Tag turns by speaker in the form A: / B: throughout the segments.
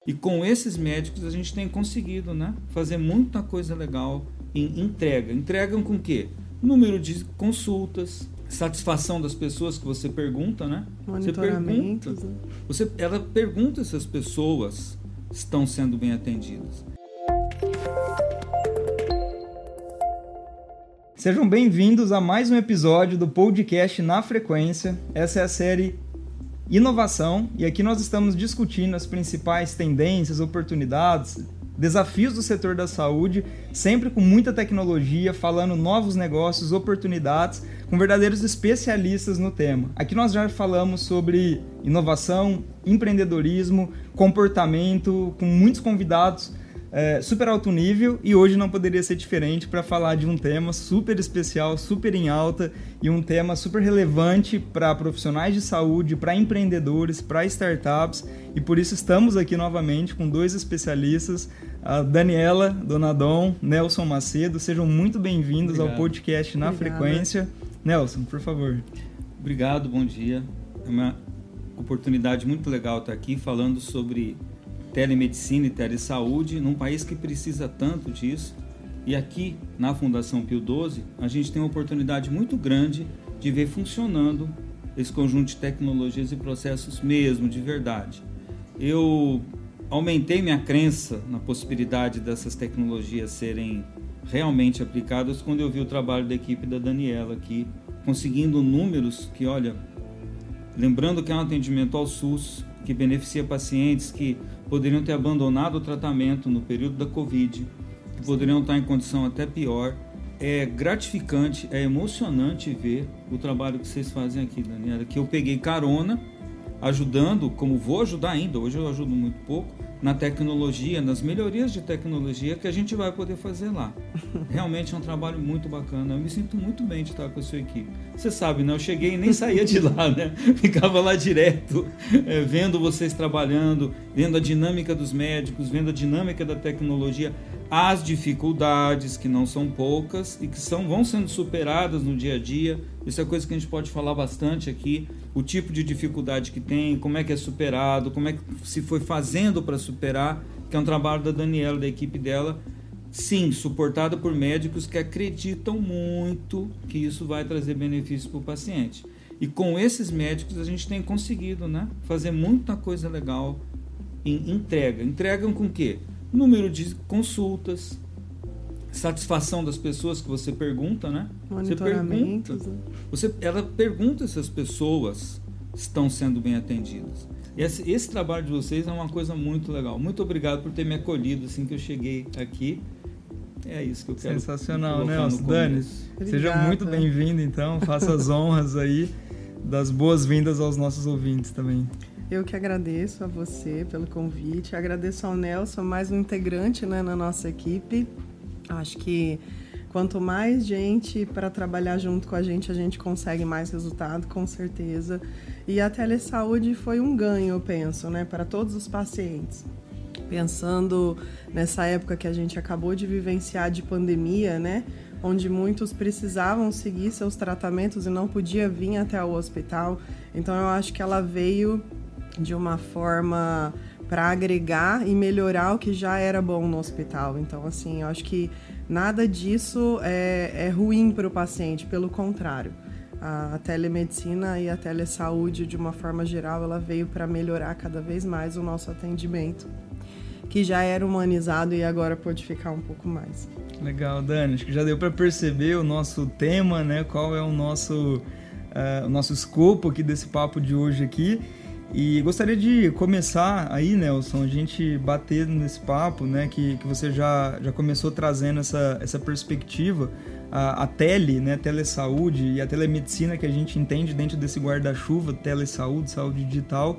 A: E com esses médicos a gente tem conseguido, né, fazer muita coisa legal em entrega. Entregam com o quê? Número de consultas, satisfação das pessoas que você pergunta, né?
B: Monitoramentos.
A: Ela pergunta se as pessoas estão sendo bem atendidas.
C: Sejam bem-vindos a mais um episódio do podcast Na Frequência. Essa é a série Inovação e aqui nós estamos discutindo as principais tendências, oportunidades, desafios do setor da saúde, sempre com muita tecnologia, falando novos negócios, oportunidades, com verdadeiros especialistas no tema. Aqui nós já falamos sobre inovação, empreendedorismo, comportamento, com muitos convidados super alto nível, e hoje não poderia ser diferente para falar de um tema super especial, super em alta e um tema super relevante para profissionais de saúde, para empreendedores, para startups, e por isso estamos aqui novamente com dois especialistas, a Daniela Donadon, Nelson Macedo. Sejam muito bem-vindos ao podcast Na Frequência. Nelson, por favor.
A: Obrigado, bom dia. É uma oportunidade muito legal estar aqui falando sobre telemedicina e telesaúde num país que precisa tanto disso. E aqui na Fundação Pio XII a gente tem uma oportunidade muito grande de ver funcionando esse conjunto de tecnologias e processos mesmo, de verdade. Eu aumentei minha crença na possibilidade dessas tecnologias serem realmente aplicadas quando eu vi o trabalho da equipe da Daniela aqui, conseguindo números que, olha, lembrando que é um atendimento ao SUS, que beneficia pacientes que poderiam ter abandonado o tratamento no período da Covid, que poderiam estar em condição até pior. É gratificante, é emocionante ver o trabalho que vocês fazem aqui, Daniela, que eu peguei carona, ajudando, como vou ajudar ainda, hoje eu ajudo muito pouco, na tecnologia, nas melhorias de tecnologia que a gente vai poder fazer lá. Realmente é um trabalho muito bacana, eu me sinto muito bem de estar com a sua equipe. Você sabe, né? Eu cheguei e nem saía de lá, né? Ficava lá direto, vendo vocês trabalhando, vendo a dinâmica dos médicos, vendo a dinâmica da tecnologia, as dificuldades, que não são poucas e que vão sendo superadas no dia a dia. Isso é coisa que a gente pode falar bastante aqui, o tipo de dificuldade que tem, como é que é superado, como é que se foi fazendo para superar, que é um trabalho da Daniela, da equipe dela, sim, suportada por médicos que acreditam muito que isso vai trazer benefícios para o paciente. E com esses médicos a gente tem conseguido, né, fazer muita coisa legal em entrega. Entregam com o quê? Número de consultas, satisfação das pessoas que você pergunta, né?
B: Monitoramentos.
A: Ela pergunta se as pessoas estão sendo bem atendidas. E esse trabalho de vocês é uma coisa muito legal. Muito obrigado por ter me acolhido assim que eu cheguei aqui. É isso que eu quero.
C: Sensacional, Nelson. Dani, seja muito bem-vindo, então. Faça as honras aí das boas-vindas aos nossos ouvintes também.
B: Eu que agradeço a você pelo convite, agradeço ao Nelson, mais um integrante, né, na nossa equipe. Acho que quanto mais gente para trabalhar junto com a gente consegue mais resultado, com certeza. E a telesaúde foi um ganho, eu penso, né, para todos os pacientes. Pensando nessa época que a gente acabou de vivenciar de pandemia, né, onde muitos precisavam seguir seus tratamentos e não podia vir até o hospital. Então eu acho que ela veio de uma forma para agregar e melhorar o que já era bom no hospital. Então, assim, eu acho que nada disso é ruim para o paciente, pelo contrário. A telemedicina e a telesaúde, de uma forma geral, ela veio para melhorar cada vez mais o nosso atendimento, que já era humanizado e agora pode ficar um pouco mais.
C: Legal, Dani. Acho que já deu para perceber o nosso tema, né? Qual é o nosso escopo aqui desse papo de hoje aqui. E gostaria de começar aí, Nelson, a gente bater nesse papo, né, que você já começou trazendo essa perspectiva, a telesaúde e a telemedicina que a gente entende dentro desse guarda-chuva, telesaúde, saúde digital,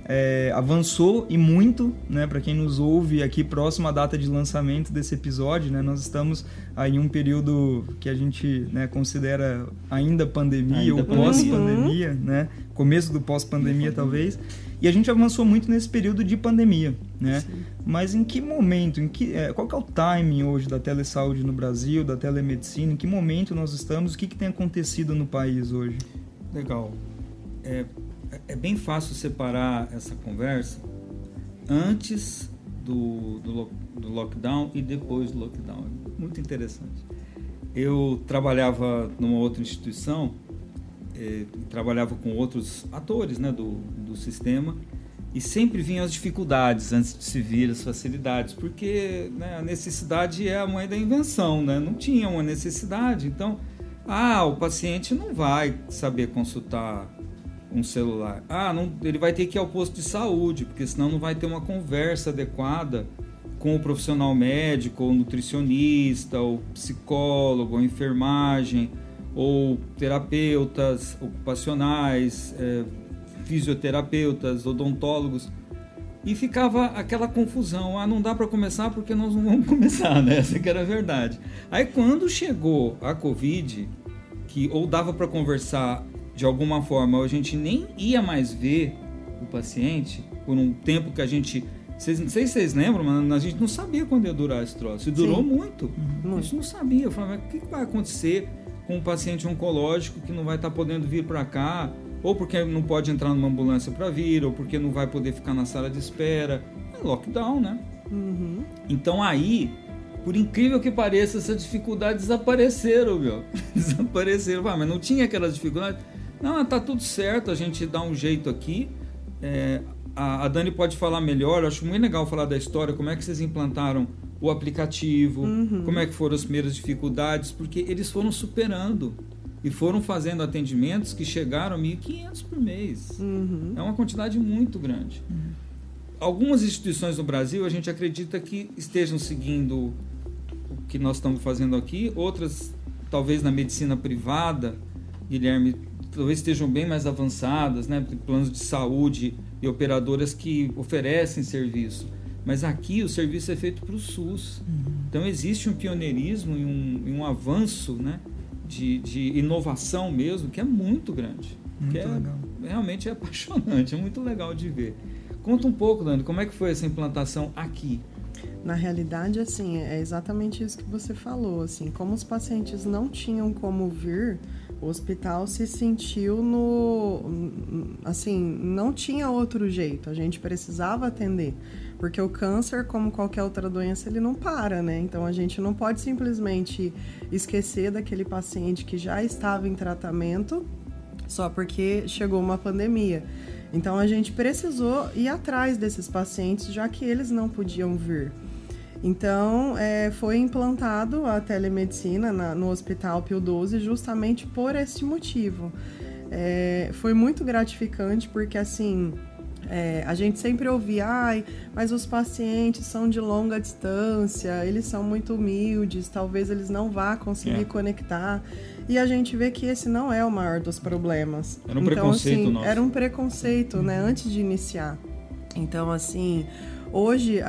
C: avançou e muito, né, para quem nos ouve aqui próximo à data de lançamento desse episódio, né, nós estamos aí em um período que a gente, né, considera ainda pandemia ou pós-pandemia, né, começo do pós-pandemia talvez, e a gente avançou muito nesse período de pandemia, né? Sim. Mas em que momento, qual que é o timing hoje da telesaúde no Brasil, da telemedicina, em que momento nós estamos, o que tem acontecido no país hoje?
A: Legal. É bem fácil separar essa conversa antes do lockdown e depois do lockdown. Muito interessante. Eu trabalhava numa outra instituição, trabalhava com outros atores, né, do sistema, e sempre vinham as dificuldades antes de se vir as facilidades, porque, né, a necessidade é a mãe da invenção, né? Não tinha uma necessidade, então o paciente não vai saber consultar um celular, ele vai ter que ir ao posto de saúde, porque senão não vai ter uma conversa adequada com o profissional médico, ou nutricionista, ou psicólogo, ou enfermagem, ou terapeutas ocupacionais, fisioterapeutas, odontólogos, e ficava aquela confusão, não dá para começar porque nós não vamos começar, né? Essa que era a verdade. Aí quando chegou a Covid, que ou dava para conversar de alguma forma, ou a gente nem ia mais ver o paciente, por um tempo que a gente... Não sei se vocês lembram, mas a gente não sabia quando ia durar esse troço. E durou muito. A gente não sabia. Eu falava, mas o que vai acontecer com um paciente oncológico que não vai estar podendo vir para cá, ou porque não pode entrar numa ambulância para vir, ou porque não vai poder ficar na sala de espera. É lockdown, né? Então aí, por incrível que pareça, essas dificuldades desapareceram, meu. Desapareceram. Mas não tinha aquelas dificuldades. Não, tá tudo certo, a gente dá um jeito aqui. A Dani pode falar melhor, eu acho muito legal falar da história, como é que vocês implantaram o aplicativo, como é que foram as primeiras dificuldades, porque eles foram superando e foram fazendo atendimentos que chegaram a 1.500 por mês. É uma quantidade muito grande. Algumas instituições no Brasil, a gente acredita que estejam seguindo o que nós estamos fazendo aqui, outras, talvez na medicina privada, Guilherme, talvez estejam bem mais avançadas, né? Planos de saúde e operadoras que oferecem serviço. Mas aqui o serviço é feito para o SUS. Então existe um pioneirismo e um avanço, né, de inovação mesmo, que é muito grande. Muito legal. Realmente é apaixonante, é muito legal de ver. Conta um pouco, Dani, como é que foi essa implantação aqui?
B: Na realidade, assim, é exatamente isso que você falou. Assim, como os pacientes não tinham como vir, o hospital se sentiu assim, não tinha outro jeito, a gente precisava atender, porque o câncer, como qualquer outra doença, ele não para, né? Então a gente não pode simplesmente esquecer daquele paciente que já estava em tratamento só porque chegou uma pandemia. Então a gente precisou ir atrás desses pacientes, já que eles não podiam vir. Então, foi implantado a telemedicina no Hospital Pio XII justamente por esse motivo. Foi muito gratificante porque, assim, a gente sempre ouvia, mas os pacientes são de longa distância, eles são muito humildes, talvez eles não vá conseguir conectar. E a gente vê que esse não é o maior dos problemas.
A: Era um preconceito
B: assim,
A: nosso.
B: Era um preconceito, né, antes de iniciar. Então, assim... Hoje,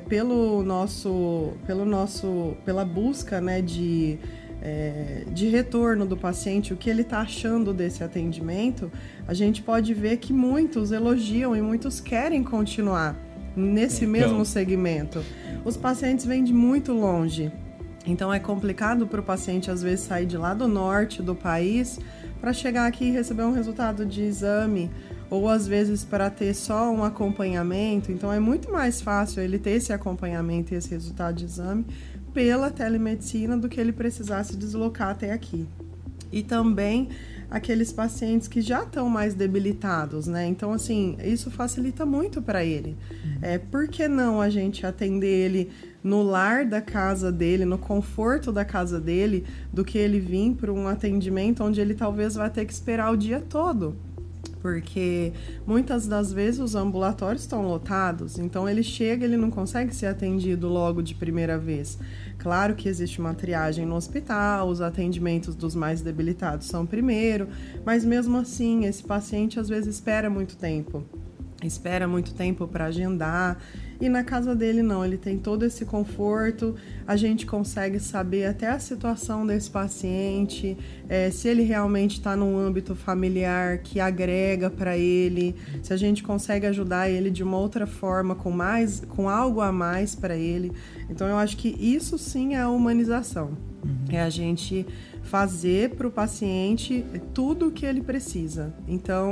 B: pela busca, né, de retorno do paciente, o que ele está achando desse atendimento, a gente pode ver que muitos elogiam e muitos querem continuar nesse mesmo segmento. Os pacientes vêm de muito longe, então é complicado para o paciente, às vezes, sair de lá do norte do país para chegar aqui e receber um resultado de exame, ou às vezes para ter só um acompanhamento. Então é muito mais fácil ele ter esse acompanhamento e esse resultado de exame pela telemedicina do que ele precisar se deslocar até aqui. E também aqueles pacientes que já estão mais debilitados, né? Então, assim, isso facilita muito para ele. Por que não a gente atender ele no lar da casa dele, no conforto da casa dele, do que ele vir para um atendimento onde ele talvez vai ter que esperar o dia todo? Porque muitas das vezes os ambulatórios estão lotados, então ele chega, ele não consegue ser atendido logo de primeira vez. Claro que existe uma triagem no hospital, os atendimentos dos mais debilitados são primeiro, mas mesmo assim, esse paciente às vezes espera muito tempo para agendar, e na casa dele não, ele tem todo esse conforto, a gente consegue saber até a situação desse paciente, se ele realmente está num âmbito familiar que agrega para ele, se a gente consegue ajudar ele de uma outra forma, com algo a mais para ele. Então eu acho que isso sim é a humanização, é a gente fazer para o paciente tudo o que ele precisa. Então,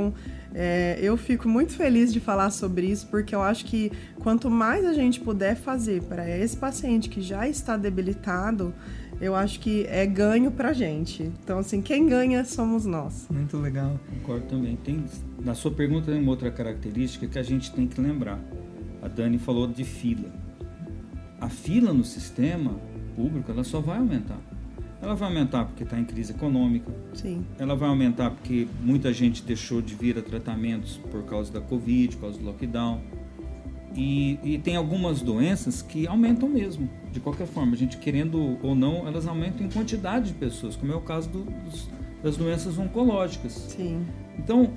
B: Eu fico muito feliz de falar sobre isso, porque eu acho que quanto mais a gente puder fazer para esse paciente que já está debilitado, eu acho que é ganho pra gente. Então, assim, quem ganha somos nós.
C: Muito legal.
A: Concordo também. Na sua pergunta tem uma outra característica que a gente tem que lembrar. A Dani falou de fila. A fila no sistema público, ela só vai aumentar. Ela vai aumentar porque está em crise econômica.
B: Sim.
A: Ela vai aumentar porque muita gente deixou de vir a tratamentos por causa da Covid, por causa do lockdown. E tem algumas doenças que aumentam mesmo, de qualquer forma. A gente querendo ou não, elas aumentam em quantidade de pessoas, como é o caso das doenças oncológicas.
B: Sim.
A: Então,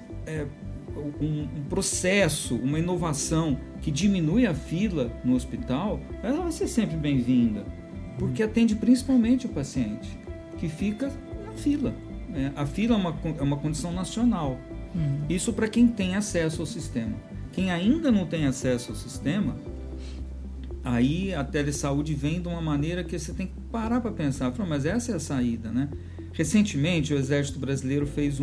A: um processo, uma inovação que diminui a fila no hospital, ela vai ser sempre bem-vinda, porque atende principalmente o paciente, que fica na fila. A fila é uma condição nacional. Isso para quem tem acesso ao sistema. Quem ainda não tem acesso ao sistema, aí a telesaúde vem de uma maneira que você tem que parar para pensar, mas essa é a saída, né? Recentemente, o Exército Brasileiro fez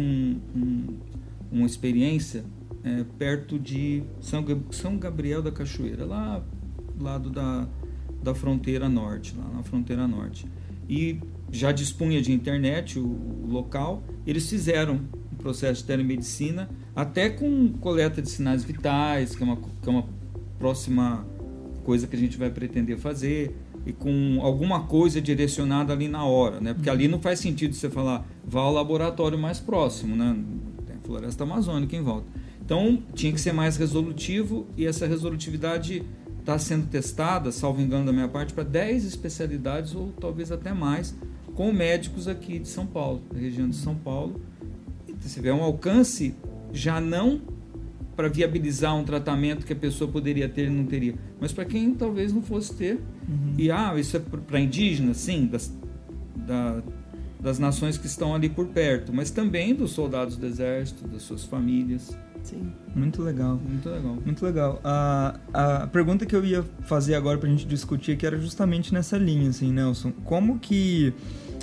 A: uma experiência perto de São Gabriel da Cachoeira, lá do lado da fronteira norte, lá na fronteira norte. E já dispunha de internet o local, eles fizeram um processo de telemedicina, até com coleta de sinais vitais, que é uma próxima coisa que a gente vai pretender fazer, e com alguma coisa direcionada ali na hora, né? Porque ali não faz sentido você falar, vá ao laboratório mais próximo, né? Tem a floresta amazônica em volta. Então, tinha que ser mais resolutivo, e essa resolutividade está sendo testada, salvo engano da minha parte, para 10 especialidades, ou talvez até mais, com médicos aqui de São Paulo, da região de São Paulo. E você vê um alcance já não para viabilizar um tratamento que a pessoa poderia ter e não teria, mas para quem talvez não fosse ter. E isso é para indígenas, sim, das nações que estão ali por perto, mas também dos soldados do exército, das suas famílias.
B: Sim.
C: Muito legal.
A: Muito legal.
C: Muito legal. A pergunta que eu ia fazer agora para a gente discutir aqui era justamente nessa linha, assim, Nelson. Como que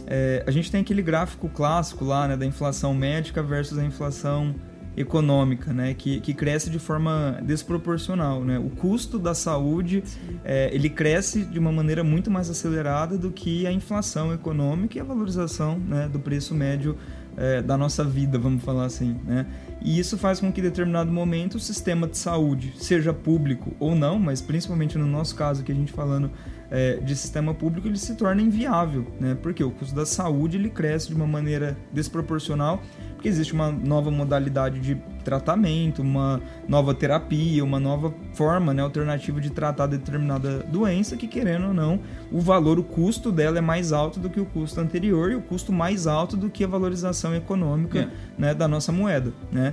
C: a gente tem aquele gráfico clássico lá, né, da inflação médica versus a inflação econômica, né, que cresce de forma desproporcional, né? O custo da saúde, ele cresce de uma maneira muito mais acelerada do que a inflação econômica e a valorização, né, do preço médio da nossa vida, vamos falar assim, né? E isso faz com que em determinado momento o sistema de saúde, seja público ou não, mas principalmente no nosso caso que a gente falando de sistema público, ele se torna inviável, né? Porque o custo da saúde ele cresce de uma maneira desproporcional, porque existe uma nova modalidade de tratamento, uma nova terapia, uma nova forma, né, alternativa de tratar determinada doença que, querendo ou não, o custo dela é mais alto do que o custo anterior e o custo mais alto do que a valorização econômica, né, da nossa moeda, né?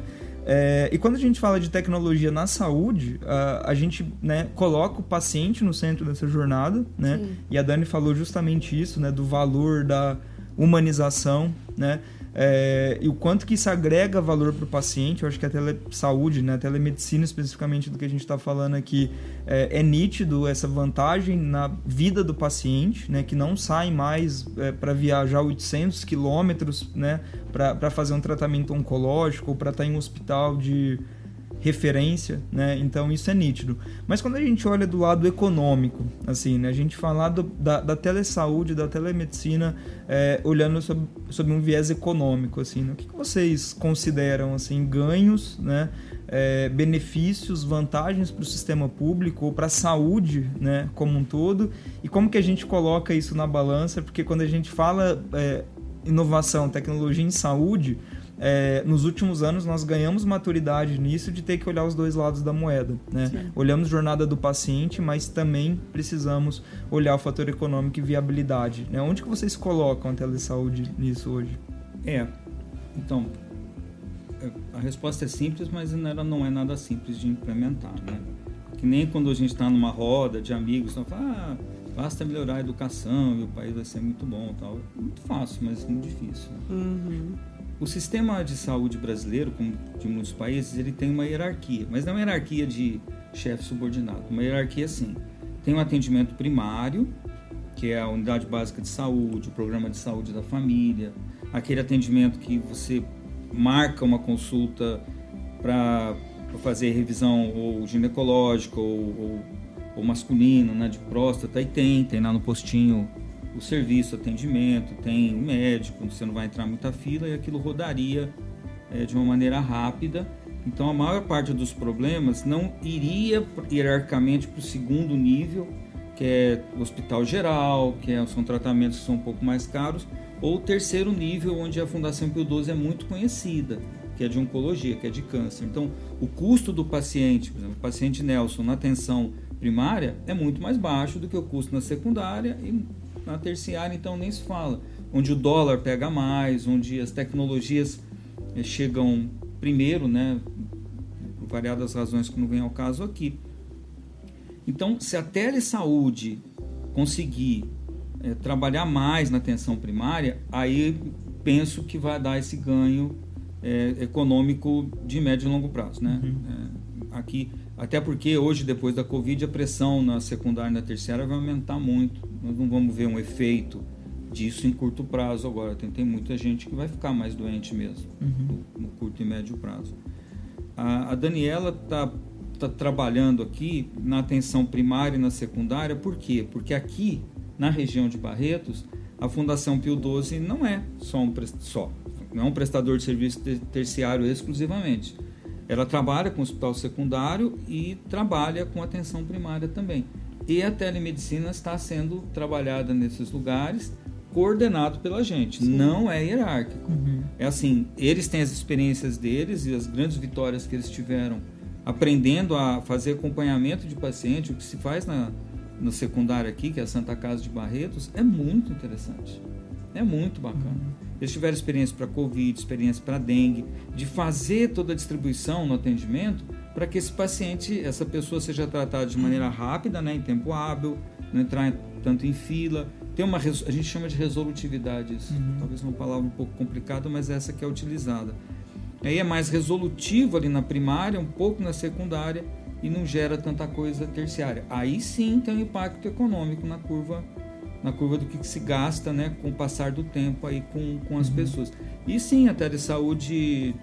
C: E quando a gente fala de tecnologia na saúde, a gente, né, coloca o paciente no centro dessa jornada, né? E a Dani falou justamente isso, né, do valor da humanização, né? E o quanto que isso agrega valor para o paciente. Eu acho que a telesaúde, né, a telemedicina especificamente do que a gente está falando aqui, é nítido essa vantagem na vida do paciente, né, que não sai mais para viajar 800 quilômetros, né, para fazer um tratamento oncológico ou para estar em um hospital de referência, né? Então isso é nítido. Mas quando a gente olha do lado econômico, assim, né, a gente falar da telesaúde, da telemedicina, olhando sob um viés econômico, assim, né? O que vocês consideram, assim, ganhos, né, benefícios, vantagens para o sistema público ou para a saúde, né, como um todo, e como que a gente coloca isso na balança? Porque quando a gente fala inovação, tecnologia em saúde, nos últimos anos nós ganhamos maturidade nisso de ter que olhar os dois lados da moeda, né? Olhamos jornada do paciente, mas também precisamos olhar o fator econômico e viabilidade, né? Onde que vocês colocam a telesaúde nisso hoje?
A: Então, a resposta é simples, mas ela não é nada simples de implementar, né? Que nem quando a gente está numa roda de amigos, então fala, basta melhorar a educação e o país vai ser muito bom, tal. É muito fácil, mas muito difícil, né? O sistema de saúde brasileiro, como de muitos países, ele tem uma hierarquia, mas não é uma hierarquia de chefe subordinado, uma hierarquia assim. Tem um atendimento primário, que é a unidade básica de saúde, o programa de saúde da família, aquele atendimento que você marca uma consulta para fazer revisão ou ginecológica ou masculina, né, de próstata, e tem lá no postinho o serviço, atendimento, tem o médico, você não vai entrar muita fila, e aquilo rodaria de uma maneira rápida. Então a maior parte dos problemas não iria hierarquicamente para o segundo nível, que é o hospital geral, são tratamentos que são um pouco mais caros, ou o terceiro nível, onde a Fundação Pio XII é muito conhecida, que é de oncologia, que é de câncer. Então o custo do paciente, por exemplo, o paciente Nelson na atenção primária é muito mais baixo do que o custo na secundária, e na terciária então nem se fala, onde o dólar pega mais, onde as tecnologias chegam primeiro, né, por variadas razões que não vem ao caso aqui. Então, se a telesaúde conseguir trabalhar mais na atenção primária, aí penso que vai dar esse ganho econômico de médio e longo prazo, né? Aqui, até porque hoje, depois da Covid, a pressão na secundária e na terciária vai aumentar muito. Nós não vamos ver um efeito disso em curto prazo agora. Tem muita gente que vai ficar mais doente mesmo, no curto e médio prazo. A Daniela está trabalhando aqui na atenção primária e na secundária. Por quê? Porque aqui, na região de Barretos, a Fundação Pio XII não é não é um prestador de serviço terciário exclusivamente. Ela trabalha com o hospital secundário e trabalha com atenção primária também. E a telemedicina está sendo trabalhada nesses lugares, coordenado pela gente. Sim. Não é hierárquico. É assim, eles têm as experiências deles e as grandes vitórias que eles tiveram aprendendo a fazer acompanhamento de paciente. O que se faz no secundário aqui, que é a Santa Casa de Barretos, é muito interessante. É muito bacana. Eles tiveram experiência para Covid, experiência para dengue, de fazer toda a distribuição no atendimento para que esse paciente, essa pessoa seja tratada de maneira rápida, né, em tempo hábil, não entrar tanto em fila. A gente chama de resolutividade isso. Talvez uma palavra um pouco complicada, mas essa que é utilizada. Aí é mais resolutivo ali na primária, um pouco na secundária, e não gera tanta coisa terciária. Aí sim tem um impacto econômico na curva do que se gasta, né, com o passar do tempo aí com as pessoas. E sim, a telesaúde,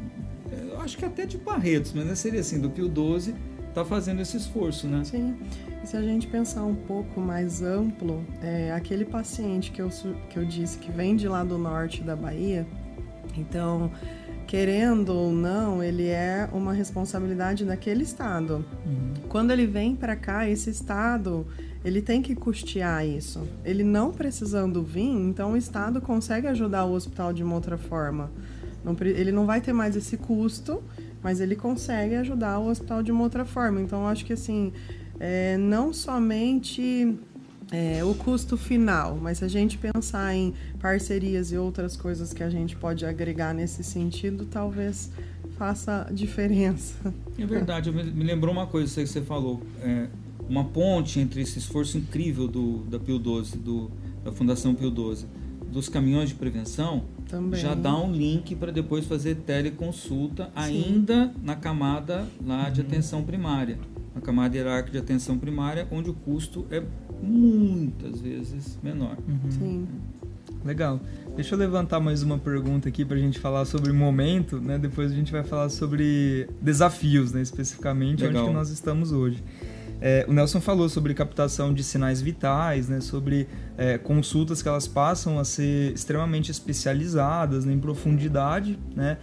A: eu acho que até de Barretos, mas seria assim, do Pio XII, está fazendo esse esforço, né?
B: Sim. E se a gente pensar um pouco mais amplo, aquele paciente que eu disse que vem de lá do norte da Bahia, então, querendo ou não, ele é uma responsabilidade daquele estado. Quando ele vem para cá, esse estado, ele tem que custear isso. Ele não precisando vir, então o estado consegue ajudar o hospital de uma outra forma. Ele não vai ter mais esse custo, mas ele consegue ajudar o hospital de uma outra forma. Então, eu acho que assim, não somente o custo final, mas se a gente pensar em parcerias e outras coisas que a gente pode agregar nesse sentido, talvez faça diferença.
A: É verdade, me lembrou uma coisa que você falou, uma ponte entre esse esforço incrível da Pio XII, da Fundação Pio XII, dos caminhões de prevenção, também já dá um link para depois fazer teleconsulta. Sim. Ainda na camada lá de atenção primária, na camada hierárquica de atenção primária, onde o custo é muitas vezes menor.
B: Sim.
C: Legal. Deixa eu levantar mais uma pergunta aqui para a gente falar sobre momento, né? Depois a gente vai falar sobre desafios, né? Especificamente. Legal. Onde que nós estamos hoje. O Nelson falou sobre captação de sinais vitais, né? Sobre consultas que elas passam a ser extremamente especializadas, né? Em profundidade, né?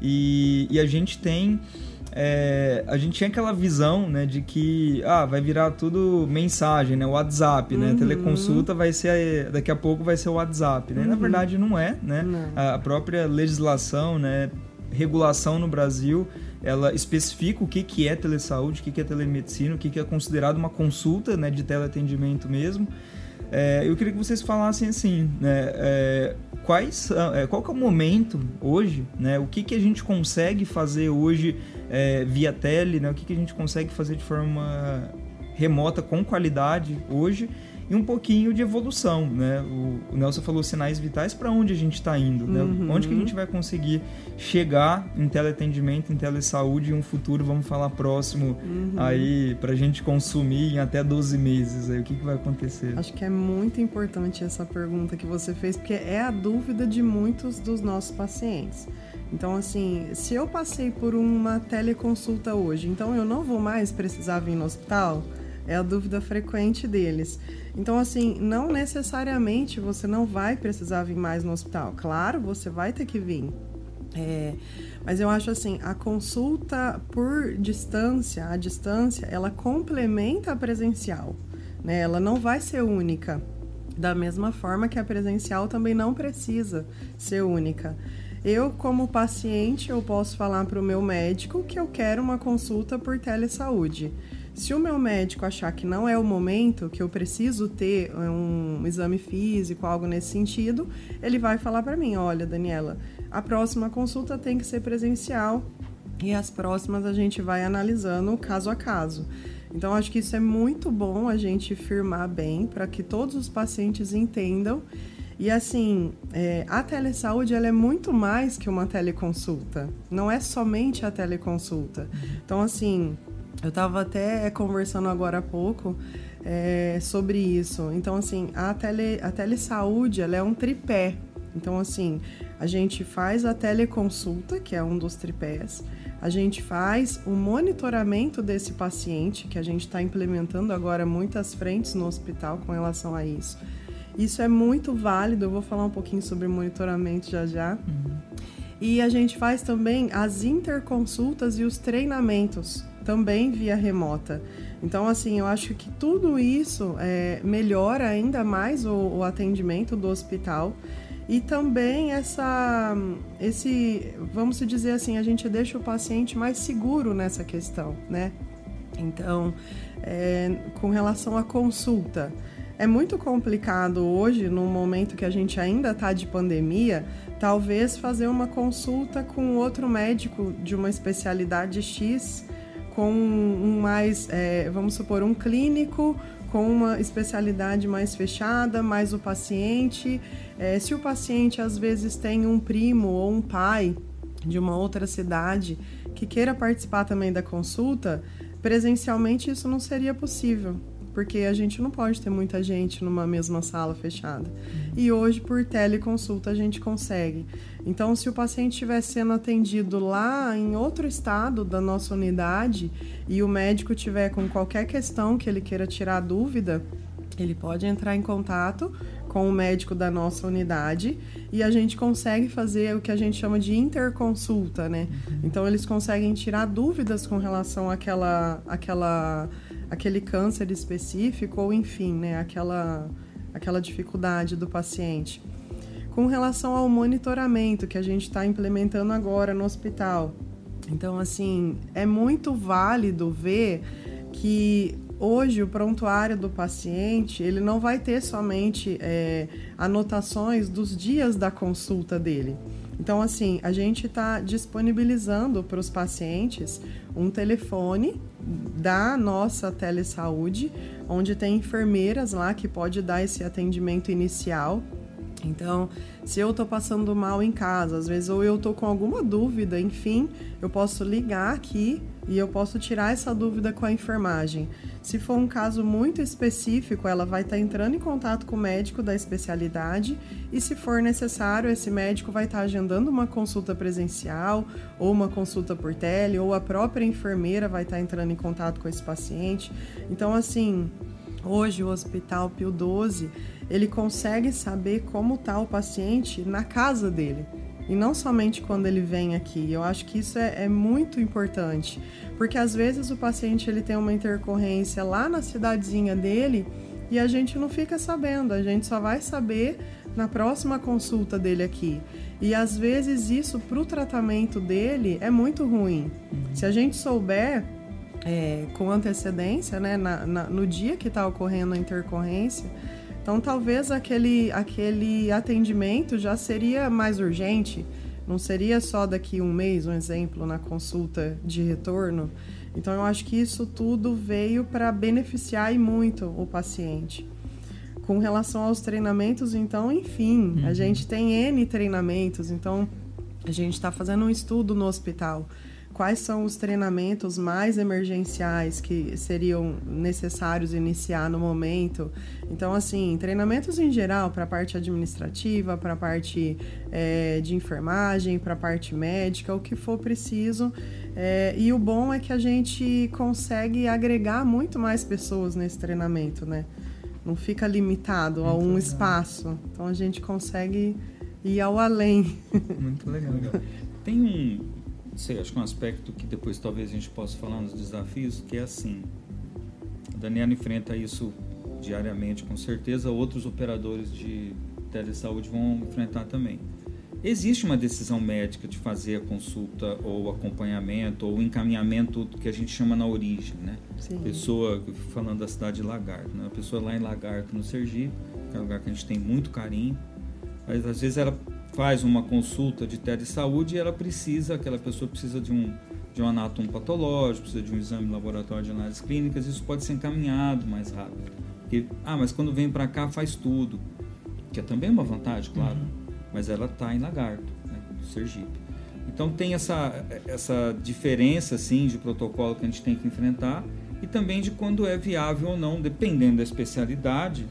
C: E a gente tem... a gente tinha aquela visão, né, de que vai virar tudo mensagem, né, WhatsApp, né, teleconsulta vai ser, daqui a pouco vai ser o WhatsApp, né? Na verdade não é, né? Não. A própria legislação, né, regulação no Brasil, ela especifica o que é telesaúde, o que é telemedicina, o que é considerado uma consulta, né, de teleatendimento mesmo. Eu queria que vocês falassem assim, né, qual que é o momento hoje, né, o que a gente consegue fazer hoje via tele, né, o que a gente consegue fazer de forma remota com qualidade hoje, e um pouquinho de evolução, né? O Nelson falou sinais vitais, para onde a gente está indo, né? Onde que a gente vai conseguir chegar em teleatendimento, em telesaúde em um futuro, vamos falar próximo, aí para a gente consumir em até 12 meses, aí o que vai acontecer?
B: Acho que é muito importante essa pergunta que você fez, porque é a dúvida de muitos dos nossos pacientes. Então, assim, se eu passei por uma teleconsulta hoje, então eu não vou mais precisar vir no hospital? É a dúvida frequente deles. Então, assim, não necessariamente você não vai precisar vir mais no hospital. Claro, você vai ter que vir. Mas eu acho assim, a consulta por distância, a distância, ela complementa a presencial, né? Ela não vai ser única. Da mesma forma que a presencial também não precisa ser única. Eu, como paciente, eu posso falar para o meu médico que eu quero uma consulta por telesaúde. Se o meu médico achar que não é o momento, que eu preciso ter um exame físico, algo nesse sentido, ele vai falar para mim, olha, Daniela, a próxima consulta tem que ser presencial e as próximas a gente vai analisando caso a caso. Então, acho que isso é muito bom a gente firmar bem para que todos os pacientes entendam. E assim, a telesaúde ela é muito mais que uma teleconsulta, não é somente a teleconsulta. Então, assim, eu estava até conversando agora há pouco sobre isso. Então, assim, a telesaúde ela é um tripé. Então, assim, a gente faz a teleconsulta, que é um dos tripés, a gente faz o monitoramento desse paciente, que a gente está implementando agora muitas frentes no hospital com relação a isso. Isso é muito válido, eu vou falar um pouquinho sobre monitoramento já. E a gente faz também as interconsultas e os treinamentos, também via remota. Então, assim, eu acho que tudo isso melhora ainda mais o atendimento do hospital. E também vamos dizer assim, a gente deixa o paciente mais seguro nessa questão, né? Então, com relação à consulta, é muito complicado hoje, no momento que a gente ainda está de pandemia, talvez fazer uma consulta com outro médico de uma especialidade X, com vamos supor, um clínico com uma especialidade mais fechada, mais o paciente. Se o paciente às vezes tem um primo ou um pai de uma outra cidade que queira participar também da consulta, presencialmente isso não seria possível, porque a gente não pode ter muita gente numa mesma sala fechada. E hoje, por teleconsulta, a gente consegue. Então, se o paciente estiver sendo atendido lá em outro estado da nossa unidade e o médico tiver com qualquer questão que ele queira tirar dúvida, ele pode entrar em contato com o médico da nossa unidade e a gente consegue fazer o que a gente chama de interconsulta, né? Então, eles conseguem tirar dúvidas com relação àquele câncer específico ou, enfim, né? Aquela dificuldade do paciente. Com relação ao monitoramento que a gente está implementando agora no hospital. Então, assim, é muito válido ver que hoje o prontuário do paciente, ele não vai ter somente anotações dos dias da consulta dele. Então, assim, a gente está disponibilizando para os pacientes um telefone da nossa telesaúde, onde tem enfermeiras lá que pode dar esse atendimento inicial. Então, se eu estou passando mal em casa, às vezes, ou eu estou com alguma dúvida, enfim, eu posso ligar aqui e eu posso tirar essa dúvida com a enfermagem. Se for um caso muito específico, ela vai estar entrando em contato com o médico da especialidade e, se for necessário, esse médico vai estar agendando uma consulta presencial ou uma consulta por tele, ou a própria enfermeira vai estar entrando em contato com esse paciente. Então, assim, hoje o Hospital Pio XII, ele consegue saber como está o paciente na casa dele. E não somente quando ele vem aqui. Eu acho que isso é muito importante. Porque às vezes o paciente ele tem uma intercorrência lá na cidadezinha dele e a gente não fica sabendo. A gente só vai saber na próxima consulta dele aqui. E às vezes isso para o tratamento dele é muito ruim. Se a gente souber com antecedência, né, no dia que está ocorrendo a intercorrência, então talvez aquele atendimento já seria mais urgente, não seria só daqui um mês, um exemplo, na consulta de retorno. Então eu acho que isso tudo veio para beneficiar e muito o paciente. Com relação aos treinamentos, então, enfim, a gente tem N treinamentos, então a gente está fazendo um estudo no hospital. Quais são os treinamentos mais emergenciais que seriam necessários iniciar no momento? Então, assim, treinamentos em geral para a parte administrativa, para a parte de enfermagem, para a parte médica, o que for preciso. E o bom é que a gente consegue agregar muito mais pessoas nesse treinamento, né? Não fica limitado a um espaço. Então, a gente consegue ir ao além.
C: Muito legal.
A: Tem acho que um aspecto que depois talvez a gente possa falar nos desafios, que é assim, a Daniela enfrenta isso diariamente, com certeza outros operadores de telesaúde vão enfrentar também. Existe uma decisão médica de fazer a consulta ou acompanhamento ou encaminhamento que a gente chama na origem, né?
B: Sim.
A: Pessoa, falando da cidade de Lagarto, né? A pessoa lá em Lagarto, no Sergipe, que é um lugar que a gente tem muito carinho, mas às vezes ela faz uma consulta de telesaúde e aquela pessoa precisa de um anátomo patológico, precisa de um exame laboratório de análises clínicas, isso pode ser encaminhado mais rápido. Porque, mas quando vem para cá faz tudo, que é também uma vantagem, claro, mas ela está em Lagarto, né, no Sergipe. Então tem essa diferença assim, de protocolo que a gente tem que enfrentar e também de quando é viável ou não, dependendo da especialidade,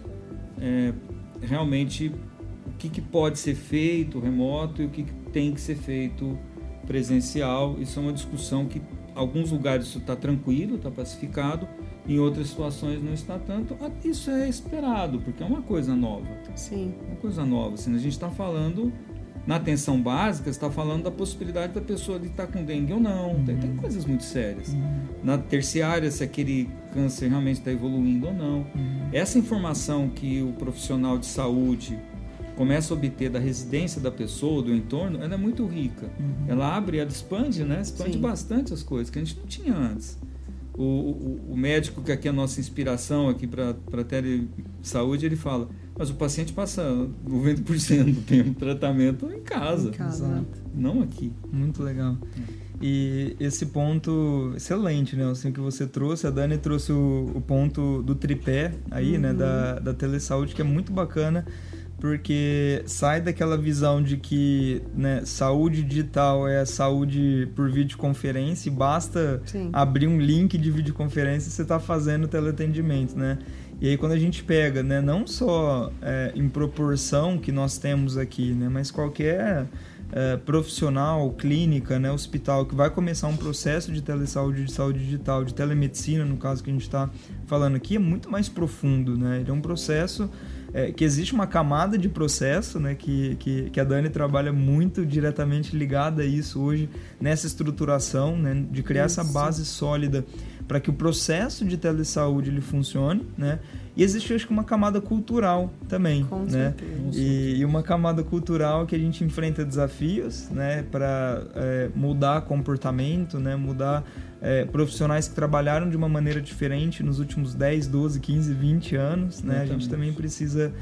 A: realmente o que pode ser feito remoto e o que tem que ser feito presencial. Isso é uma discussão que em alguns lugares isso está tranquilo, está pacificado, em outras situações não está tanto. Isso é esperado, porque é uma coisa nova.
B: Sim.
A: Uma coisa nova. Assim, a gente está falando, na atenção básica, está falando da possibilidade da pessoa de estar com dengue ou não. Tem coisas muito sérias. Na terciária, se aquele câncer realmente está evoluindo ou não. Essa informação que o profissional de saúde começa a obter da residência da pessoa, do entorno, ela é muito rica. Ela expande, né? Expande bastante as coisas que a gente não tinha antes. O médico, que aqui é a nossa inspiração aqui para a telesaúde, ele fala, mas o paciente passa 90% do tempo de tratamento em casa. Não aqui.
C: Muito legal. E esse ponto excelente, né? Assim, que você trouxe, a Dani trouxe o ponto do tripé aí, né? Da telesaúde, que é muito bacana, porque sai daquela visão de que, né, saúde digital é saúde por videoconferência e basta abrir um link de videoconferência e você está fazendo teleatendimento, né? E aí quando a gente pega, né, não só em proporção que nós temos aqui, né, mas qualquer profissional, clínica, né, hospital que vai começar um processo de telesaúde, de saúde digital, de telemedicina, no caso que a gente está falando aqui, é muito mais profundo, né? Ele é um processo que existe uma camada de processo, né, que a Dani trabalha muito diretamente ligada a isso hoje, nessa estruturação, né, de criar essa base sólida para que o processo de telesaúde ele funcione, né? E existe, acho que, uma camada cultural também,
B: com
C: né?
B: certeza.
C: E uma camada cultural que a gente enfrenta desafios, né, para mudar comportamento, né, mudar profissionais que trabalharam de uma maneira diferente nos últimos 10, 12, 15, 20 anos, né? A gente também precisa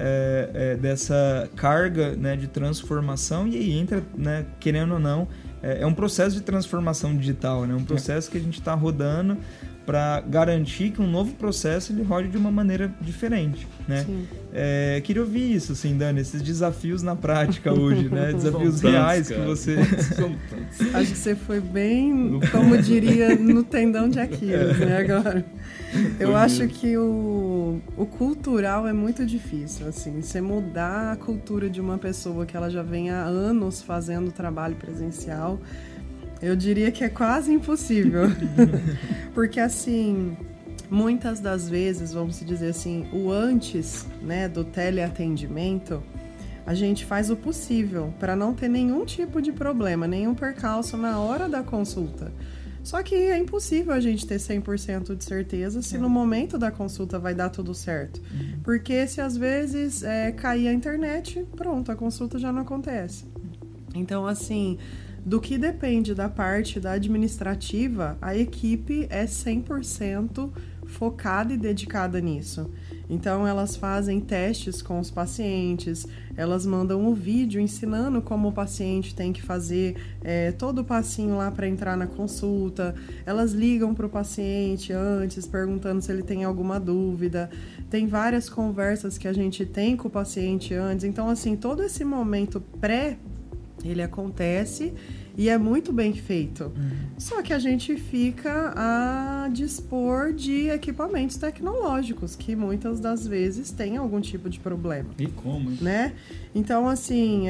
C: dessa carga, né, de transformação, e aí entra, né, querendo ou não, é um processo de transformação digital, né? Um processo que a gente está rodando para garantir que um novo processo ele rode de uma maneira diferente, né? Queria ouvir isso, assim, Dani, esses desafios na prática hoje, né? Desafios reais que você...
B: Acho que você foi bem, como diria, no tendão de Aquiles, né, agora. Eu acho que o cultural é muito difícil, assim, você mudar a cultura de uma pessoa que ela já vem há anos fazendo trabalho presencial, eu diria que é quase impossível. Porque, assim, muitas das vezes, vamos dizer assim, o antes, né, do teleatendimento, a gente faz o possível para não ter nenhum tipo de problema, nenhum percalço na hora da consulta. Só que é impossível a gente ter 100% de certeza se no momento da consulta vai dar tudo certo. Porque se às vezes cair a internet, pronto, a consulta já não acontece. Então, assim, do que depende da parte da administrativa, a equipe é 100% focada e dedicada nisso. Então, elas fazem testes com os pacientes, elas mandam um vídeo ensinando como o paciente tem que fazer todo o passinho lá para entrar na consulta. Elas ligam para o paciente antes, perguntando se ele tem alguma dúvida. Tem várias conversas que a gente tem com o paciente antes. Então, assim, todo esse momento ele acontece e é muito bem feito. Só que a gente fica a dispor de equipamentos tecnológicos que muitas das vezes têm algum tipo de problema.
A: E como, hein?
B: Né? Então, assim,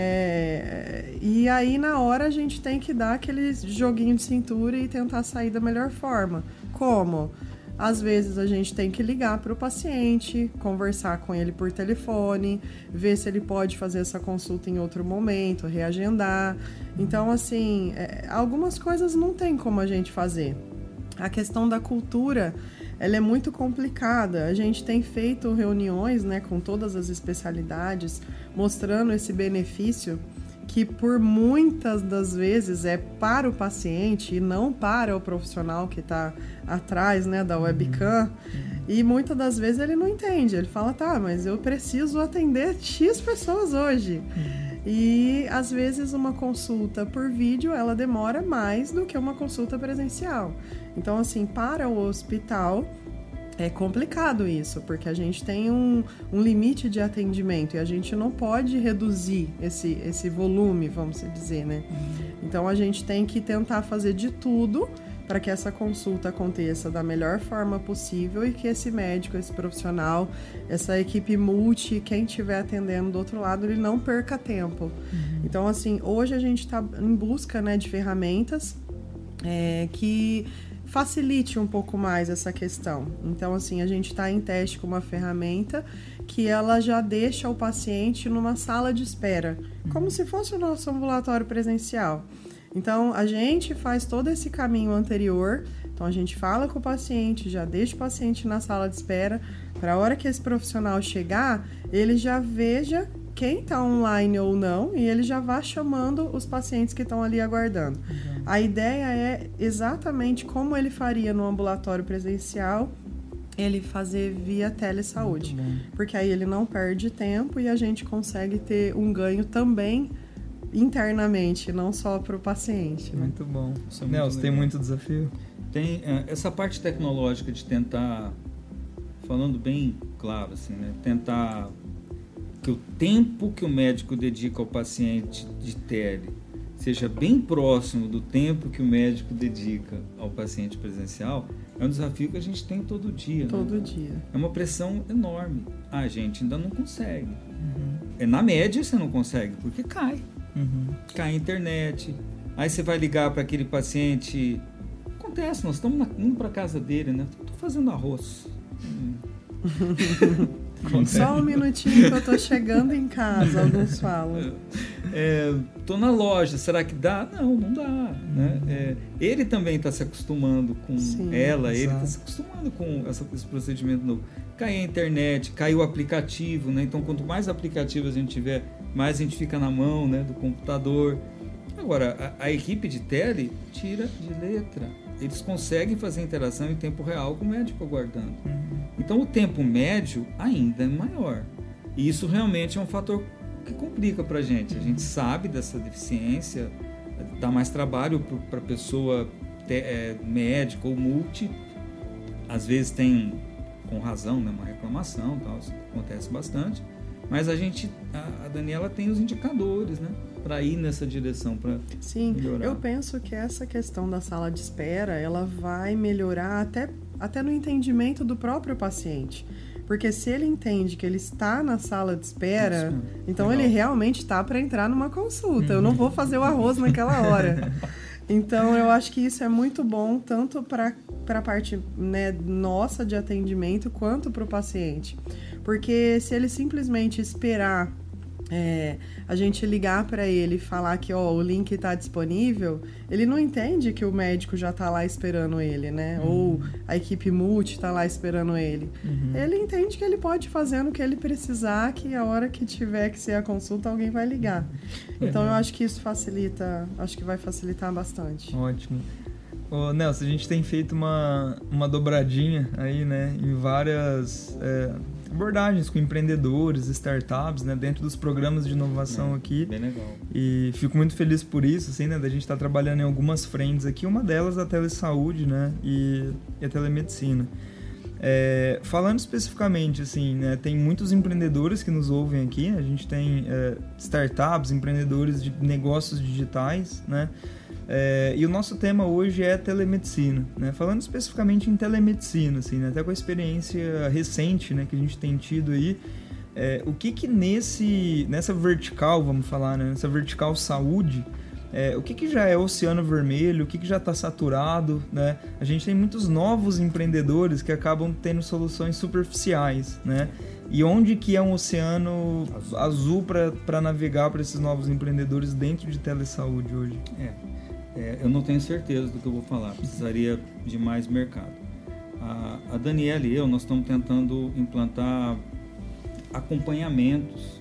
B: e aí na hora a gente tem que dar aquele joguinho de cintura e tentar sair da melhor forma. Como? Às vezes a gente tem que ligar para o paciente, conversar com ele por telefone, ver se ele pode fazer essa consulta em outro momento, reagendar. Então, assim, algumas coisas não tem como a gente fazer. A questão da cultura, ela é muito complicada. A gente tem feito reuniões, né, com todas as especialidades, mostrando esse benefício que por muitas das vezes é para o paciente e não para o profissional que está atrás, né, da webcam. E muitas das vezes ele não entende. Ele fala, tá, mas eu preciso atender X pessoas hoje. E às vezes uma consulta por vídeo, ela demora mais do que uma consulta presencial. Então, assim, para o hospital é complicado isso, porque a gente tem um limite de atendimento e a gente não pode reduzir esse volume, vamos dizer, né? Então, a gente tem que tentar fazer de tudo para que essa consulta aconteça da melhor forma possível e que esse médico, esse profissional, essa equipe multi, quem estiver atendendo do outro lado, ele não perca tempo. Então, assim, hoje a gente está em busca, né, de ferramentas que facilite um pouco mais essa questão. Então, assim, a gente está em teste com uma ferramenta que ela já deixa o paciente numa sala de espera, como se fosse o nosso ambulatório presencial. Então, a gente faz todo esse caminho anterior. Então, a gente fala com o paciente, já deixa o paciente na sala de espera, para a hora que esse profissional chegar, ele já veja quem está online ou não, e ele já vai chamando os pacientes que estão ali aguardando. A ideia é exatamente como ele faria no ambulatório presencial, ele fazer via telesaúde. Porque aí ele não perde tempo e a gente consegue ter um ganho também internamente, não só para o paciente. Né?
C: Muito bom.
A: Isso é muito
C: Nelson, tem
A: legal.
C: muito desafio?
A: Tem essa parte tecnológica de tentar, falando bem claro, assim, né? Tentar que o tempo que o médico dedica ao paciente de tele seja bem próximo do tempo que o médico dedica ao paciente presencial, é um desafio que a gente tem todo dia.
B: Todo
A: né?
B: dia.
A: É uma pressão enorme. A gente ainda não consegue. Na média você não consegue, porque cai. Cai a internet. Aí você vai ligar para aquele paciente. Acontece, nós estamos indo para casa dele, né? Estou fazendo arroz.
B: Só um minutinho que eu tô chegando em casa, alguns falam.
A: Tô na loja, será que dá? Não dá. Né? Ele também está se acostumando com ela, ele está se acostumando com esse procedimento novo. Cai a internet, cai o aplicativo, né? Então quanto mais aplicativos a gente tiver, mais a gente fica na mão, né, do computador. Agora, a equipe de tele tira de letra. Eles conseguem fazer interação em tempo real com o médico aguardando. Então, o tempo médio ainda é maior. E isso realmente é um fator que complica para a gente. A gente sabe dessa deficiência, dá mais trabalho para a pessoa médica ou multi. Às vezes tem, com razão, né, uma reclamação, tal, isso acontece bastante. Mas a Daniela tem os indicadores, né, para ir nessa direção, para melhorar.
B: Eu penso que essa questão da sala de espera, ela vai melhorar até no entendimento do próprio paciente. Porque se ele entende que ele está na sala de espera, então legal. Ele realmente está para entrar numa consulta. Eu não vou fazer o arroz naquela hora. Então, eu acho que isso é muito bom, tanto para a parte, né, nossa de atendimento, quanto para o paciente. Porque se ele simplesmente esperar a gente ligar para ele e falar que o link está disponível, ele não entende que o médico já está lá esperando ele, né? Ou a equipe multi está lá esperando ele. Ele entende que ele pode fazer o que ele precisar, que a hora que tiver que ser a consulta, alguém vai ligar. Então, eu acho que isso facilita, acho que vai facilitar bastante.
C: Ótimo. Ô, Nelson, a gente tem feito uma dobradinha aí, né, em várias abordagens com empreendedores, startups, né, dentro dos programas de inovação aqui.
A: Bem legal.
C: E fico muito feliz por isso, assim, né, da gente estar trabalhando em algumas frentes aqui, uma delas a telesaúde, né, e a telemedicina. Falando especificamente, assim, né, tem muitos empreendedores que nos ouvem aqui, a gente tem startups, empreendedores de negócios digitais, né, e o nosso tema hoje é telemedicina, né, falando especificamente em telemedicina, assim, né, até com a experiência recente, né, que a gente tem tido aí, o que nessa vertical, vamos falar, né, nessa vertical saúde, o que já é oceano vermelho, o que já está saturado, né? A gente tem muitos novos empreendedores que acabam tendo soluções superficiais, né? E onde que é um oceano azul para navegar para esses novos empreendedores dentro de telesaúde hoje?
A: Eu não tenho certeza do que eu vou falar, precisaria de mais mercado. A Daniela e eu, nós estamos tentando implantar acompanhamentos,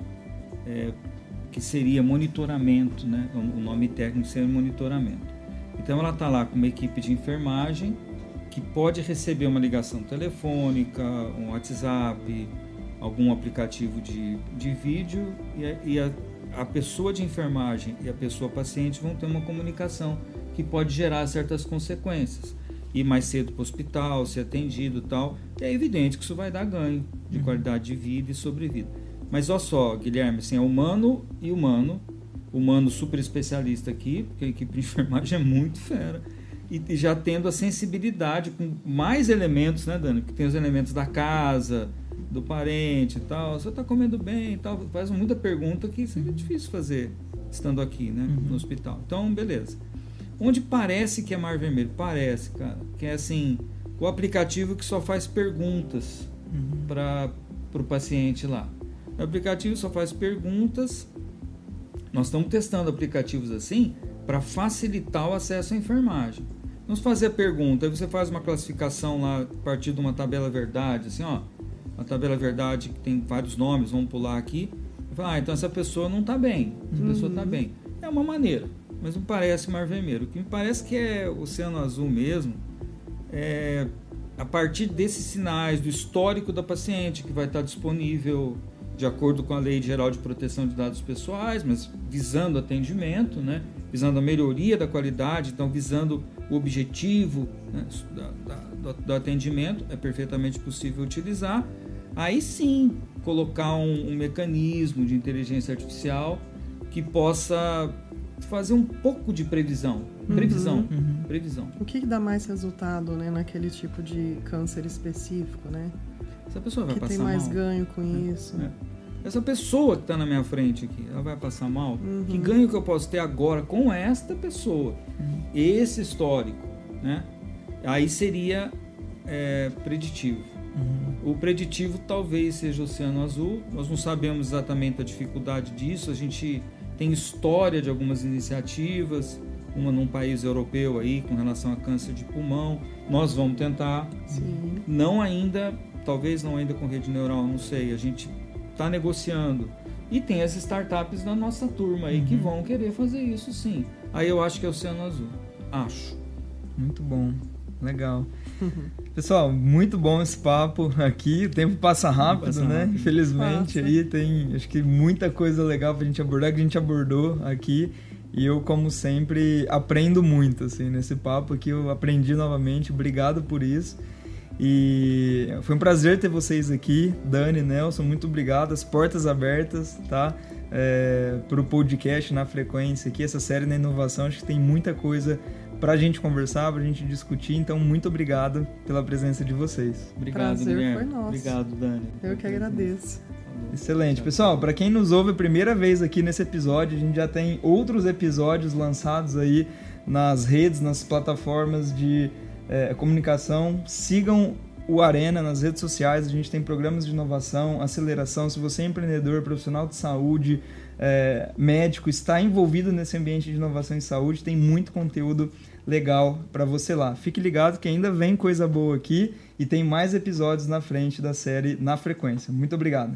A: que seria monitoramento, né? O nome técnico seria monitoramento. Então ela está lá com uma equipe de enfermagem que pode receber uma ligação telefônica, um WhatsApp, algum aplicativo de vídeo e a pessoa de enfermagem e a pessoa paciente vão ter uma comunicação que pode gerar certas consequências. Ir mais cedo para o hospital, ser atendido e tal. É evidente que isso vai dar ganho de qualidade de vida e sobrevida. Mas olha só, Guilherme, assim, é humano e humano super especialista aqui, porque a equipe de enfermagem é muito fera, e já tendo a sensibilidade com mais elementos, né, Dani? Que tem os elementos da casa, do parente e tal, você está comendo bem e tal, faz muita pergunta que seria difícil fazer estando aqui, né, no hospital. Então, beleza. Onde parece que é mar vermelho? Parece, cara, que é assim, o aplicativo que só faz perguntas para o paciente lá. O aplicativo só faz perguntas. Nós estamos testando aplicativos assim para facilitar o acesso à enfermagem. Vamos fazer a pergunta, aí você faz uma classificação lá a partir de uma tabela verdade, assim, ó, uma tabela verdade que tem vários nomes, vamos pular aqui. Fala, então essa pessoa não está bem, essa pessoa está bem. É uma maneira, mas não parece mar vermelho. O que me parece que é oceano azul mesmo, a partir desses sinais, do histórico da paciente que vai estar disponível de acordo com a Lei Geral de Proteção de Dados Pessoais, mas visando atendimento, né? Visando a melhoria da qualidade, então visando o objetivo, né, do atendimento, é perfeitamente possível utilizar. Aí sim, colocar um mecanismo de inteligência artificial que possa fazer um pouco de previsão. Previsão.
B: O que dá mais resultado, né, naquele tipo de câncer específico, né?
A: Essa pessoa vai passar mal.
B: Que tem mais ganho com isso.
A: Essa pessoa que está na minha frente aqui, ela vai passar mal? Que ganho que eu posso ter agora com esta pessoa? Esse histórico, né? Aí seria preditivo. O preditivo talvez seja o oceano azul. Nós não sabemos exatamente a dificuldade disso. A gente tem história de algumas iniciativas, uma num país europeu aí com relação a câncer de pulmão. Nós vamos tentar.
B: Sim.
A: Não ainda, talvez não ainda com rede neural, não sei. A gente está negociando. E tem as startups da nossa turma aí que vão querer fazer isso, sim. Aí eu acho que é o oceano azul. Acho.
C: Muito bom. Legal. Pessoal, muito bom esse papo aqui. O tempo passa rápido, né? Infelizmente, aí tem, acho que muita coisa legal pra gente abordar, que a gente abordou aqui. E eu, como sempre, aprendo muito, assim, nesse papo aqui. Eu aprendi novamente. Obrigado por isso. E foi um prazer ter vocês aqui, Dani, Nelson, muito obrigado, as portas abertas, tá? Para o podcast Na Frequência aqui, essa série na inovação, acho que tem muita coisa para a gente conversar, para a gente discutir, então muito obrigado pela presença de vocês.
A: Obrigado,
B: prazer
A: Guilherme.
B: foi nosso.
A: Obrigado, Dani.
B: Eu que agradeço.
C: Excelente. Pessoal, para quem nos ouve a primeira vez aqui nesse episódio, a gente já tem outros episódios lançados aí nas redes, nas plataformas de comunicação. Sigam o Arena nas redes sociais, a gente tem programas de inovação, aceleração. Se você é empreendedor, profissional de saúde, médico, está envolvido nesse ambiente de inovação em saúde, tem muito conteúdo legal para você lá. Fique ligado que ainda vem coisa boa aqui e tem mais episódios na frente da série Na Frequência. Muito obrigado.